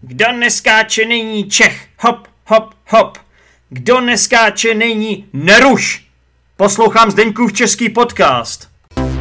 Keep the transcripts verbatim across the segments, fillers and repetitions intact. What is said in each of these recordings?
Kdo neskáče, není Čech. Hop, hop, hop. Kdo neskáče, není Neruš. Poslouchám Zdeňkův český podcast.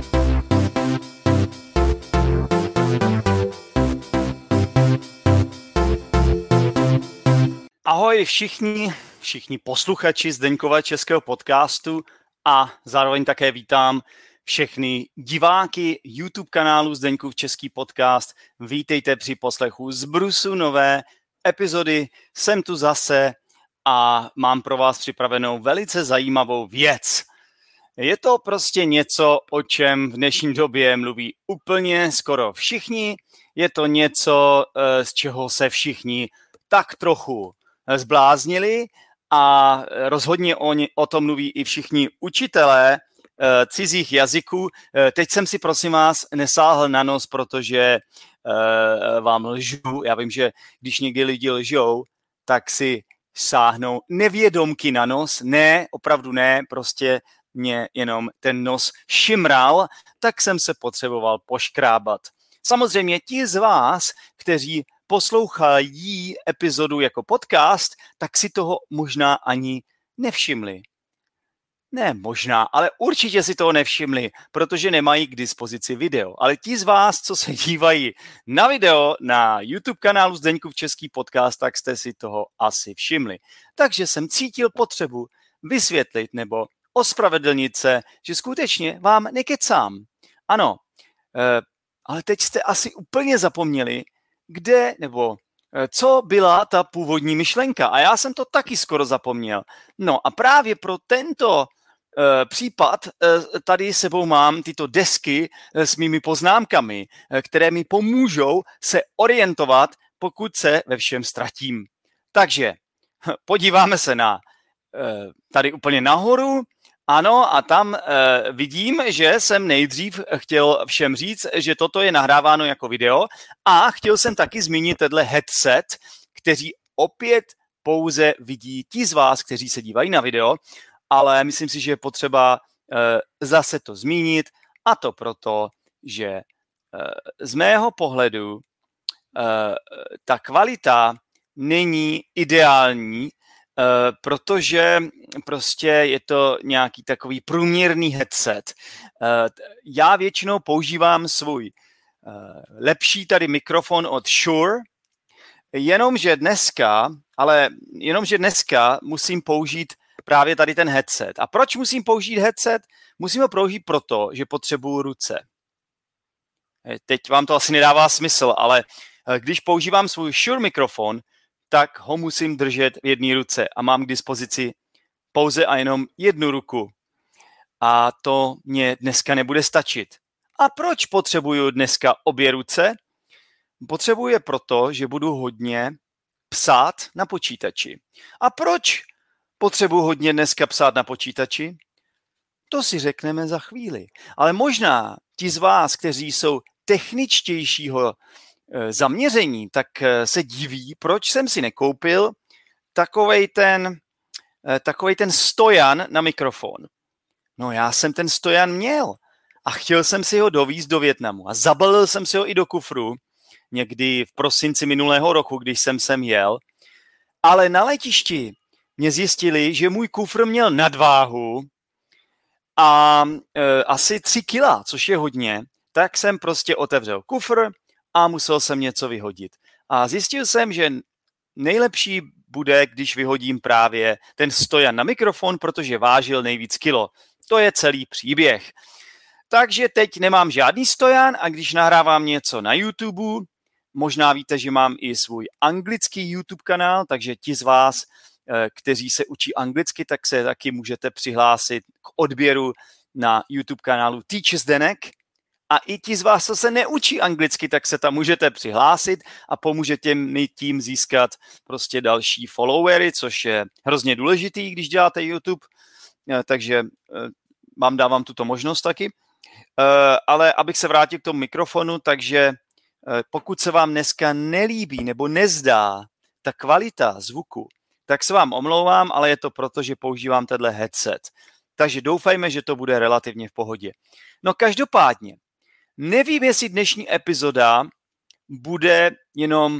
Ahoj všichni, všichni posluchači Zdeňkova českého podcastu a zároveň také vítám všechny diváky YouTube kanálu Zdeňkův český podcast. Vítejte při poslechu z Brusu nové epizody. Jsem tu zase a mám pro vás připravenou velice zajímavou věc. Je to prostě něco, o čem v dnešní době mluví úplně skoro všichni. Je to něco, z čeho se všichni tak trochu zbláznili a rozhodně o, ně, o tom mluví i všichni učitelé cizích jazyků. Teď jsem si, prosím vás, nesáhl na nos, protože uh, vám lžu. Já vím, že když někdy lidi lžou, tak si sáhnou nevědomky na nos. Ne, opravdu ne, prostě mě jenom ten nos šimral, tak jsem se potřeboval poškrábat. Samozřejmě ti z vás, kteří poslouchají epizodu jako podcast, tak si toho možná ani nevšimli. Ne možná, ale určitě si toho nevšimli, protože nemají k dispozici video. Ale ti z vás, co se dívají na video na YouTube kanálu Zdeňkův český podcast, tak jste si toho asi všimli. Takže jsem cítil potřebu vysvětlit nebo ospravedlnit se, že skutečně vám nekecám. Ano, ale teď jste asi úplně zapomněli, kde nebo co byla ta původní myšlenka. A já jsem to taky skoro zapomněl. No a právě pro tento uh, případ uh, tady sebou mám tyto desky uh, s mými poznámkami, uh, které mi pomůžou se orientovat, pokud se ve všem ztratím. Takže podíváme se na uh, tady úplně nahoru. Ano, a tam uh, vidím, že jsem nejdřív chtěl všem říct, že toto je nahráváno jako video a chtěl jsem taky zmínit tenhle headset, kteří opět pouze vidí ti z vás, kteří se dívají na video, ale myslím si, že je potřeba uh, zase to zmínit a to proto, že uh, z mého pohledu uh, ta kvalita není ideální, Uh, protože prostě je to nějaký takový průměrný headset. Uh, já většinou používám svůj uh, lepší tady mikrofon od Shure, jenomže dneska, ale jenomže dneska musím použít právě tady ten headset. A proč musím použít headset? Musím ho použít proto, že potřebuju ruce. Teď vám to asi nedává smysl, ale když používám svůj Shure mikrofon, tak ho musím držet v jedné ruce a mám k dispozici pouze a jenom jednu ruku. A to mě dneska nebude stačit. A proč potřebuju dneska obě ruce? Potřebuji je proto, že budu hodně psát na počítači. A proč potřebuji hodně dneska psát na počítači? To si řekneme za chvíli. Ale možná ti z vás, kteří jsou techničtějšího zaměření, tak se diví, proč jsem si nekoupil takovej ten, takovej ten stojan na mikrofon. No já jsem ten stojan měl a chtěl jsem si ho dovízt do Vietnamu a zabalil jsem si ho i do kufru někdy v prosinci minulého roku, když jsem sem jel, ale na letišti mě zjistili, že můj kufr měl nadváhu a e, asi tři kila, což je hodně, tak jsem prostě otevřel kufr a musel jsem něco vyhodit. A zjistil jsem, že nejlepší bude, když vyhodím právě ten stojan na mikrofon, protože vážil nejvíc kilo. To je celý příběh. Takže teď nemám žádný stojan a když nahrávám něco na YouTube, možná víte, že mám i svůj anglický YouTube kanál, takže ti z vás, kteří se učí anglicky, tak se taky můžete přihlásit k odběru na YouTube kanálu Teach Zdenek. A i ti z vás, co se neučí anglicky, tak se tam můžete přihlásit a pomůžete mi tím získat prostě další followery, což je hrozně důležitý, když děláte YouTube. Takže vám dávám tuto možnost taky. Ale abych se vrátil k tomu mikrofonu, takže pokud se vám dneska nelíbí nebo nezdá ta kvalita zvuku, tak se vám omlouvám, ale je to proto, že používám tenhle headset. Takže doufejme, že to bude relativně v pohodě. No každopádně, nevím, jestli dnešní epizoda bude jenom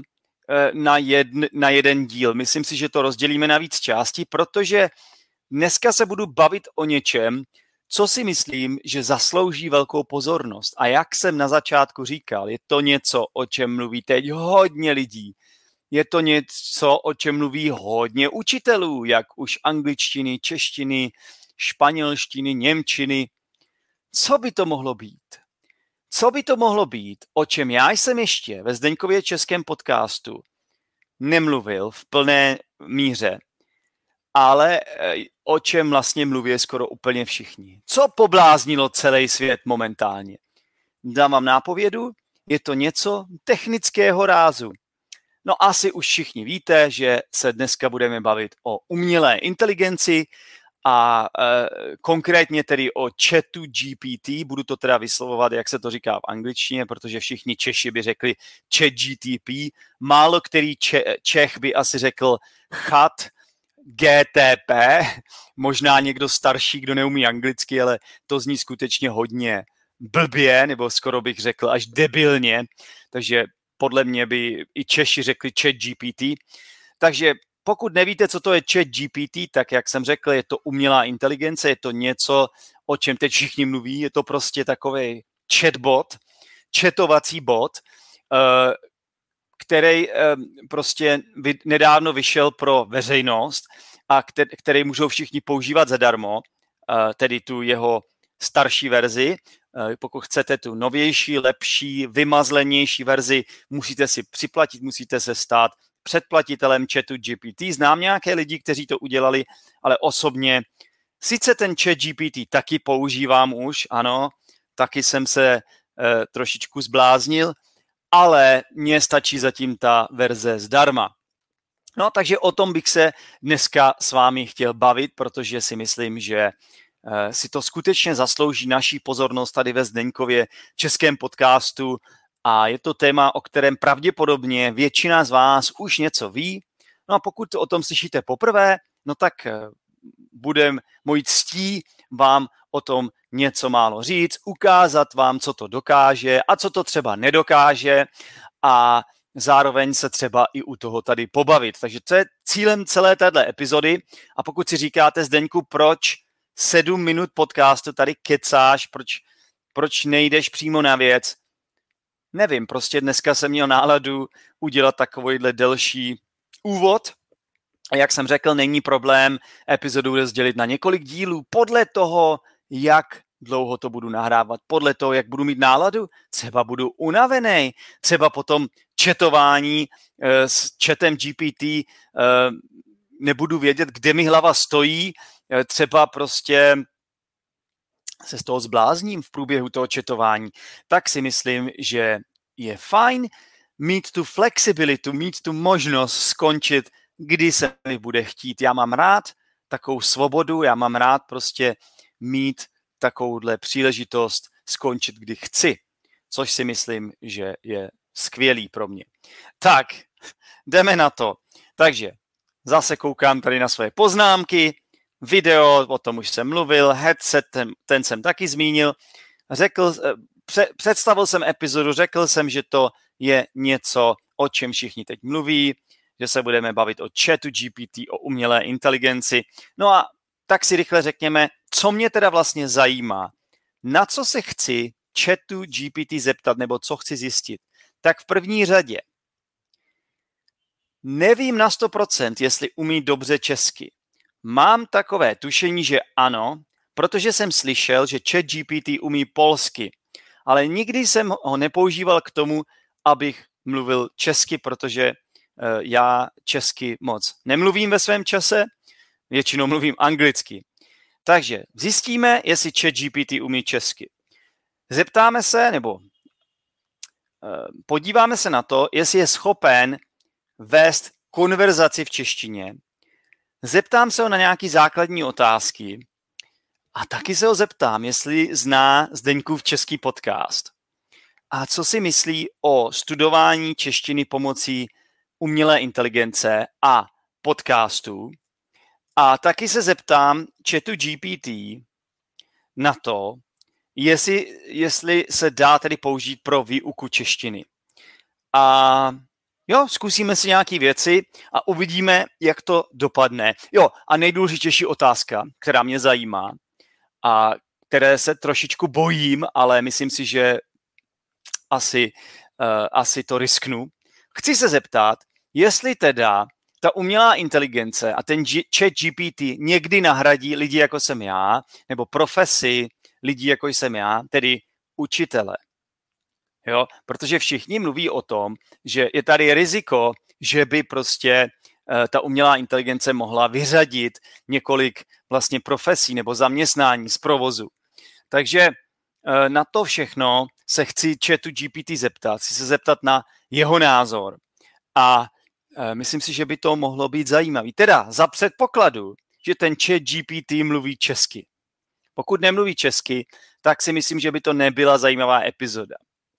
na, jedn, na jeden díl. Myslím si, že to rozdělíme na víc částí, protože dneska se budu bavit o něčem, co si myslím, že zaslouží velkou pozornost. A jak jsem na začátku říkal, je to něco, o čem mluví teď hodně lidí. Je to něco, o čem mluví hodně učitelů, jak už angličtiny, češtiny, španělštiny, němčiny. Co by to mohlo být? Co by to mohlo být, o čem já jsem ještě ve Zdeňkově českém podcastu nemluvil v plné míře, ale o čem vlastně mluví skoro úplně všichni. Co pobláznilo celý svět momentálně? Dám vám nápovědu, je to něco technického rázu. No asi už všichni víte, že se dneska budeme bavit o umělé inteligenci a e, konkrétně tedy o chatu G P T. Budu to teda vyslovovat, jak se to říká v angličtině, protože všichni Češi by řekli chat G T P. Málo který Če- Čech by asi řekl chat G T P. Možná někdo starší, kdo neumí anglicky, ale to zní skutečně hodně blbě, nebo skoro bych řekl až debilně. Takže podle mě by i Češi řekli chat G P T. Takže pokud nevíte, co to je chat G P T, tak jak jsem řekl, je to umělá inteligence, je to něco, o čem teď všichni mluví, je to prostě takový chatbot, chatovací bot, který prostě nedávno vyšel pro veřejnost a který můžou všichni používat zadarmo, tedy tu jeho starší verzi. Pokud chcete tu novější, lepší, vymazlenější verzi, musíte si připlatit, musíte se stát předplatitelem chatu G P T. Znám nějaké lidi, kteří to udělali, ale osobně sice ten chat G P T taky používám už, ano, taky jsem se e, trošičku zbláznil, ale mně stačí zatím ta verze zdarma. No, takže o tom bych se dneska s vámi chtěl bavit, protože si myslím, že si to skutečně zaslouží naší pozornost tady ve Zdeňkově českém podcastu a je to téma, o kterém pravděpodobně většina z vás už něco ví. No a pokud o tom slyšíte poprvé, no tak bude mojí ctí vám o tom něco málo říct, ukázat vám, co to dokáže a co to třeba nedokáže a zároveň se třeba i u toho tady pobavit. Takže to je cílem celé téhle epizody a pokud si říkáte, Zdeňku, proč sedm minut podcastu tady kecáš, proč, proč nejdeš přímo na věc? Nevím, prostě dneska jsem měl náladu udělat takovýhle delší úvod. A jak jsem řekl, není problém epizodu rozdělit na několik dílů podle toho, jak dlouho to budu nahrávat, podle toho, jak budu mít náladu. Třeba budu unavený, třeba potom chatování e, s chatem G P T e, nebudu vědět, kde mi hlava stojí, třeba prostě se z toho zblázním v průběhu toho chatování, tak si myslím, že je fajn mít tu flexibilitu, mít tu možnost skončit, kdy se mi bude chtít. Já mám rád takovou svobodu, já mám rád prostě mít takovouhle příležitost skončit, kdy chci, což si myslím, že je skvělý pro mě. Tak, jdeme na to. Takže zase koukám tady na své poznámky, video, o tom už jsem mluvil, headset, ten, ten jsem taky zmínil. Řekl, pře, představil jsem epizodu, řekl jsem, že to je něco, o čem všichni teď mluví, že se budeme bavit o chatu G P T, o umělé inteligenci. No a tak si rychle řekněme, co mě teda vlastně zajímá. Na co se chci chatu G P T zeptat, nebo co chci zjistit? Tak v první řadě nevím na sto procent, jestli umí dobře česky. Mám takové tušení, že ano, protože jsem slyšel, že chat G P T umí polsky, ale nikdy jsem ho nepoužíval k tomu, abych mluvil česky, protože uh, já česky moc nemluvím ve svém čase, většinou mluvím anglicky. Takže zjistíme, jestli chat G P T umí česky. Zeptáme se, nebo uh, podíváme se na to, jestli je schopen vést konverzaci v češtině. Zeptám se ho na nějaké základní otázky a taky se ho zeptám, jestli zná Zdeňkův český podcast. A co si myslí o studování češtiny pomocí umělé inteligence a podcastů. A taky se zeptám chatu G P T na to, jestli, jestli se dá tedy použít pro výuku češtiny. A Jo, zkusíme si nějaké věci a uvidíme, jak to dopadne. Jo, a nejdůležitější otázka, která mě zajímá a které se trošičku bojím, ale myslím si, že asi, uh, asi to risknu. Chci se zeptat, jestli teda ta umělá inteligence a ten G- chat G P T někdy nahradí lidi, jako jsem já, nebo profesi lidí, jako jsem já, tedy učitele. Jo? Protože všichni mluví o tom, že je tady riziko, že by prostě uh, ta umělá inteligence mohla vyřadit několik vlastně profesí nebo zaměstnání z provozu. Takže uh, na to všechno se chci chatu G P T zeptat, chci se zeptat na jeho názor. A uh, myslím si, že by to mohlo být zajímavý. Teda za předpokladu, že ten chat G P T mluví česky. Pokud nemluví česky, tak si myslím, že by to nebyla zajímavá epizoda.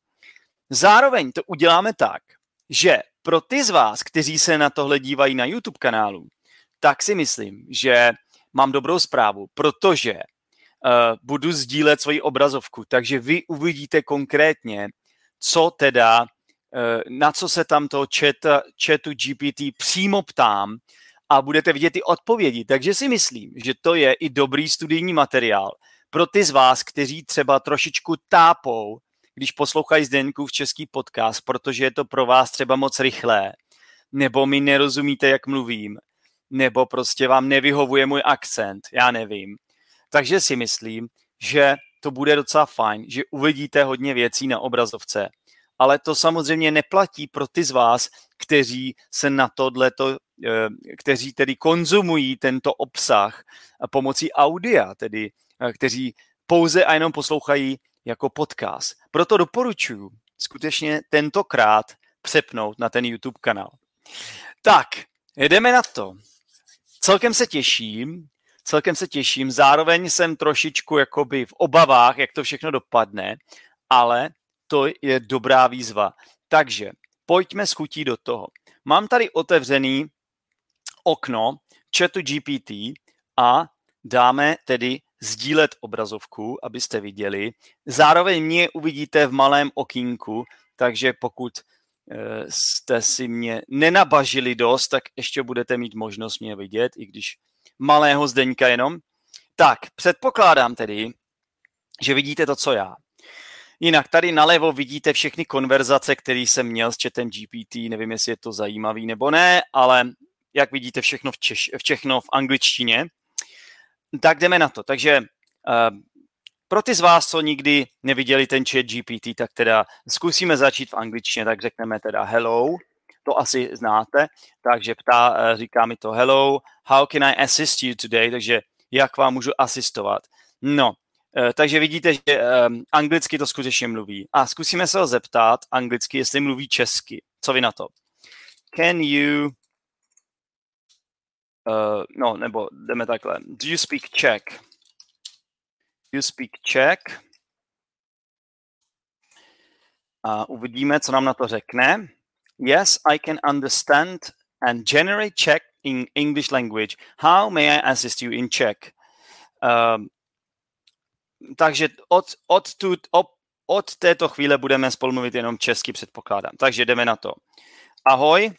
Zároveň to uděláme tak, že pro ty z vás, kteří se na tohle dívají na YouTube kanálu, tak si myslím, že mám dobrou zprávu, protože uh, budu sdílet svoji obrazovku, takže vy uvidíte konkrétně, co teda, uh, na co se tam toho chat, chatu G P T přímo ptám a budete vidět ty odpovědi. Takže si myslím, že to je i dobrý studijní materiál pro ty z vás, kteří třeba trošičku tápou, když poslouchají Zdeňkův český podcast, protože je to pro vás třeba moc rychlé, nebo mi nerozumíte, jak mluvím, nebo prostě vám nevyhovuje můj akcent, já nevím. Takže si myslím, že to bude docela fajn, že uvidíte hodně věcí na obrazovce. Ale to samozřejmě neplatí pro ty z vás, kteří se na tohleto, kteří tedy konzumují tento obsah pomocí audia, tedy kteří pouze a jenom poslouchají jako podcast. Proto doporučuji skutečně tentokrát přepnout na ten YouTube kanál. Tak, jdeme na to. Celkem se těším, celkem se těším, zároveň jsem trošičku jakoby v obavách, jak to všechno dopadne, ale to je dobrá výzva. Takže pojďme s chutí do toho. Mám tady otevřený okno chatu G P T a dáme tedy sdílet obrazovku, abyste viděli. Zároveň mě uvidíte v malém okýnku, takže pokud e, jste si mě nenabažili dost, tak ještě budete mít možnost mě vidět, i když malého Zdeňka jenom. Tak, předpokládám tedy, že vidíte to, co já. Jinak tady nalevo vidíte všechny konverzace, které jsem měl s chatem G P T. Nevím, jestli je to zajímavý nebo ne, ale jak vidíte všechno v, češ, všechno v angličtině. Tak jdeme na to. Takže uh, pro ty z vás, co nikdy neviděli ten chat G P T, tak teda zkusíme začít v angličtině, tak řekneme teda hello, to asi znáte, takže ptá, uh, říká mi to hello, how can I assist you today, takže jak vám můžu asistovat. No, uh, takže vidíte, že um, anglicky to skutečně mluví. A zkusíme se ho zeptat anglicky, jestli mluví česky. Co vy na to? Can you Uh, no, nebo jdeme takhle. Do you speak Czech? Do you speak Czech? A uvidíme, co nám na to řekne. Yes, I can understand and generate Czech in English language. How may I assist you in Czech? Uh, takže od, od, tu, od, od této chvíle budeme spolu mluvit jenom česky, předpokládám. Takže jdeme na to. Ahoj.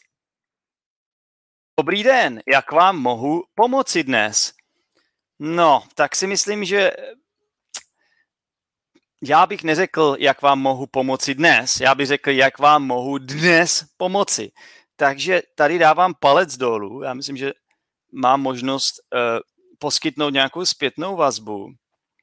Dobrý den, jak vám mohu pomoci dnes? No, tak si myslím, že já bych neřekl, jak vám mohu pomoci dnes, já bych řekl, jak vám mohu dnes pomoci. Takže tady dávám palec dolů, já myslím, že mám možnost uh, poskytnout nějakou zpětnou vazbu. Uh,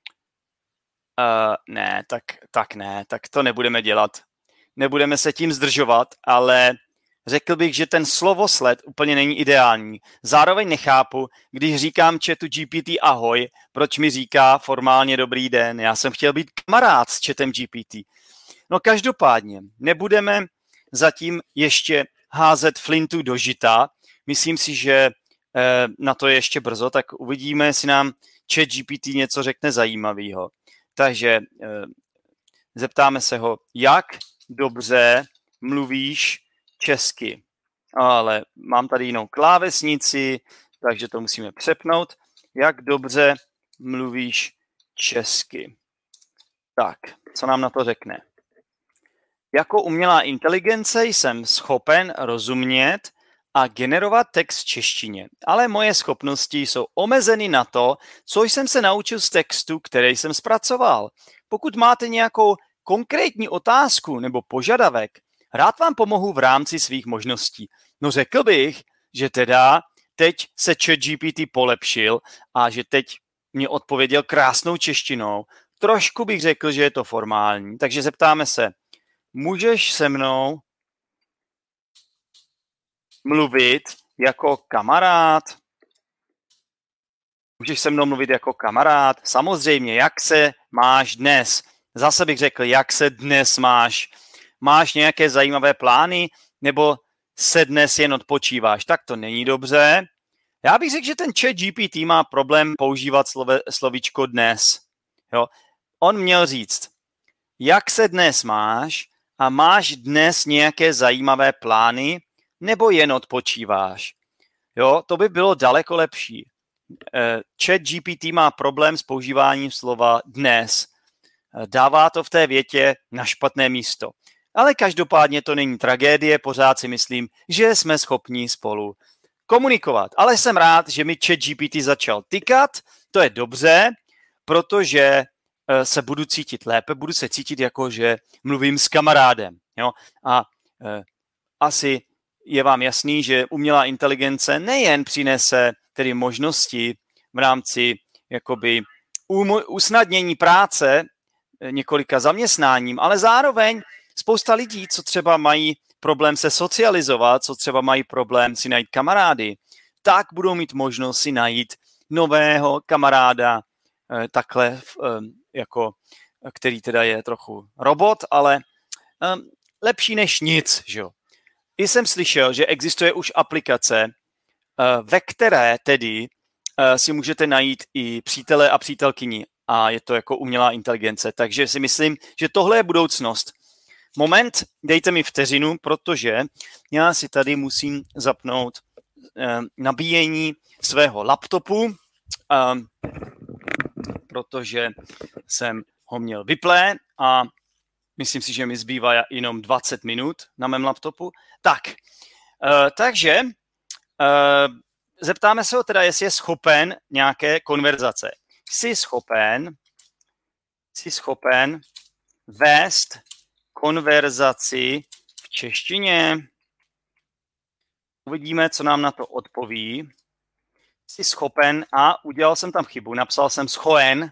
ne, tak, tak ne, tak to nebudeme dělat. Nebudeme se tím zdržovat, ale řekl bych, že ten slovosled úplně není ideální. Zároveň nechápu, když říkám chatu G P T ahoj, proč mi říká formálně dobrý den. Já jsem chtěl být kamarád s chatem G P T. No každopádně, nebudeme zatím ještě házet flintu do žita. Myslím si, že eh, na to je ještě brzo, tak uvidíme, jestli nám chat G P T něco řekne zajímavého. Takže eh, zeptáme se ho, jak dobře mluvíš česky. Ale mám tady jinou klávesnici, takže to musíme přepnout. Jak dobře mluvíš česky? Tak, co nám na to řekne? Jako umělá inteligence jsem schopen rozumět a generovat text v češtině, ale moje schopnosti jsou omezeny na to, co jsem se naučil z textu, který jsem zpracoval. Pokud máte nějakou konkrétní otázku nebo požadavek, rád vám pomohu v rámci svých možností. No řekl bych, že teda teď se ChatGPT polepšil a že teď mě odpověděl krásnou češtinou. Trošku bych řekl, že je to formální, takže zeptáme se, můžeš se mnou mluvit jako kamarád? Můžeš se mnou mluvit jako kamarád? Samozřejmě, jak se máš dnes? Zase bych řekl, jak se dnes máš? Máš nějaké zajímavé plány? Nebo se dnes jen odpočíváš? Tak to není dobře. Já bych řekl, že ten ChatGPT má problém používat slove, slovíčko dnes. Jo? On měl říct, jak se dnes máš a máš dnes nějaké zajímavé plány, nebo jen odpočíváš. Jo, to by bylo daleko lepší. ChatGPT má problém s používáním slova dnes. Dává to v té větě na špatné místo. Ale každopádně to není tragédie, pořád si myslím, že jsme schopni spolu komunikovat. Ale jsem rád, že mi ChatGPT začal tykat, to je dobře, protože se budu cítit lépe, budu se cítit jako, že mluvím s kamarádem. Jo? A e, asi je vám jasný, že umělá inteligence nejen přinese tedy možnosti v rámci jakoby usnadnění práce několika zaměstnáním, ale zároveň spousta lidí, co třeba mají problém se socializovat, co třeba mají problém si najít kamarády, tak budou mít možnost si najít nového kamaráda takhle, jako, který teda je trochu robot, ale lepší než nic, že jo. I jsem slyšel, že existuje už aplikace, ve které tedy si můžete najít i přítele a přítelkyni a je to jako umělá inteligence, takže si myslím, že tohle je budoucnost. Moment, dejte mi vteřinu, protože já si tady musím zapnout nabíjení svého laptopu, protože jsem ho měl vyplé a myslím si, že mi zbývá jenom dvacet minut na mém laptopu. Tak, uh, takže uh, zeptáme se ho teda, jestli je schopen nějaké konverzace. Jsi schopen, jsi schopen vést konverzaci v češtině. Uvidíme, co nám na to odpoví. Jsi schopen a udělal jsem tam chybu, napsal jsem schoen,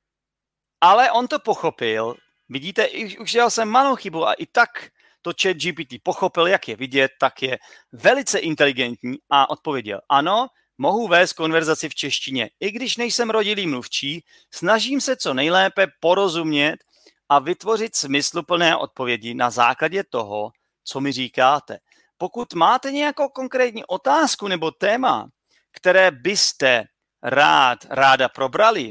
ale on to pochopil. Vidíte, už dělal jsem malou chybu a i tak to ChatGPT pochopil, jak je vidět, tak je velice inteligentní a odpověděl, ano, mohu vést konverzaci v češtině. I když nejsem rodilý mluvčí, snažím se co nejlépe porozumět a vytvořit smysluplné odpovědi na základě toho, co mi říkáte. Pokud máte nějakou konkrétní otázku nebo téma, které byste rád, ráda probrali,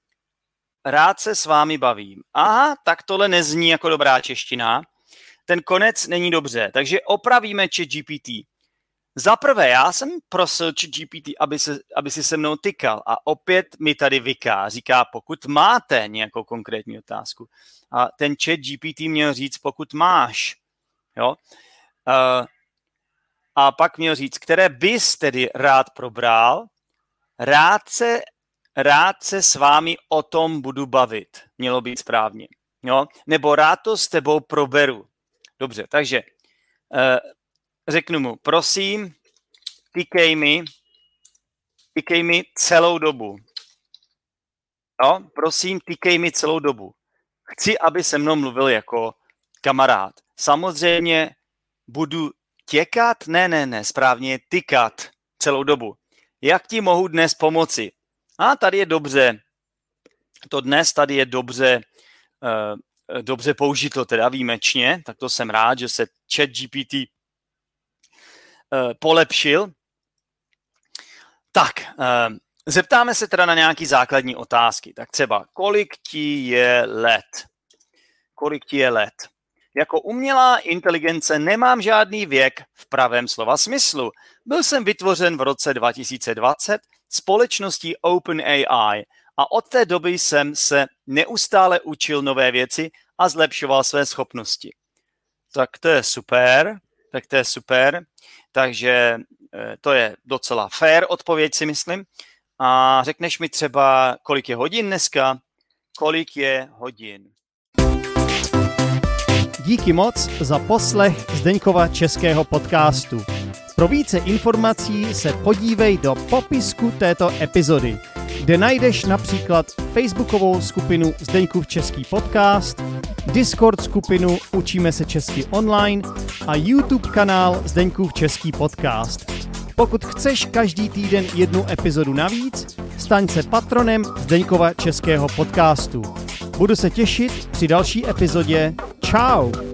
rád se s vámi bavím. Aha, tak tohle nezní jako dobrá čeština. Ten konec není dobře, takže opravíme ChatGPT. Za prvé, já jsem prosil ChatGPT, aby, se, aby si se mnou tykal a opět mi tady vyká. Říká, pokud máte nějakou konkrétní otázku. A ten ChatGPT měl říct, pokud máš. Jo? Uh, a pak měl říct, které bys tedy rád probral, rád se Rád se s vámi o tom budu bavit. Mělo být správně. Jo? Nebo rád to s tebou proberu. Dobře, takže eh, řeknu mu, prosím, tykej mi, tykej mi celou dobu. Jo? Prosím, tykej mi celou dobu. Chci, aby se mnou mluvil jako kamarád. Samozřejmě budu těkat? Ne, ne, ne, správně tykat celou dobu. Jak ti mohu dnes pomoci? A tady je dobře, to dnes tady je dobře, uh, dobře použito, teda výjimečně, tak to jsem rád, že se ChatGPT uh, polepšil. Tak, uh, zeptáme se teda na nějaké základní otázky. Tak třeba, kolik ti je let? Kolik ti je let? Jako umělá inteligence nemám žádný věk v pravém slova smyslu. Byl jsem vytvořen v roce dva tisíce dvacet společností OpenAI a od té doby jsem se neustále učil nové věci a zlepšoval své schopnosti. Tak to je super, tak to je super. Takže to je docela fair odpověď, si myslím. A řekneš mi třeba, kolik je hodin dneska? Kolik je hodin? Díky moc za poslech Zdeňkova českého podcastu. Pro více informací se podívej do popisku této epizody, kde najdeš například facebookovou skupinu Zdeňkův český podcast, Discord skupinu Učíme se česky online a YouTube kanál Zdeňkův český podcast. Pokud chceš každý týden jednu epizodu navíc, staň se patronem Zdeňkova českého podcastu. Budu se těšit při další epizodě. Čau!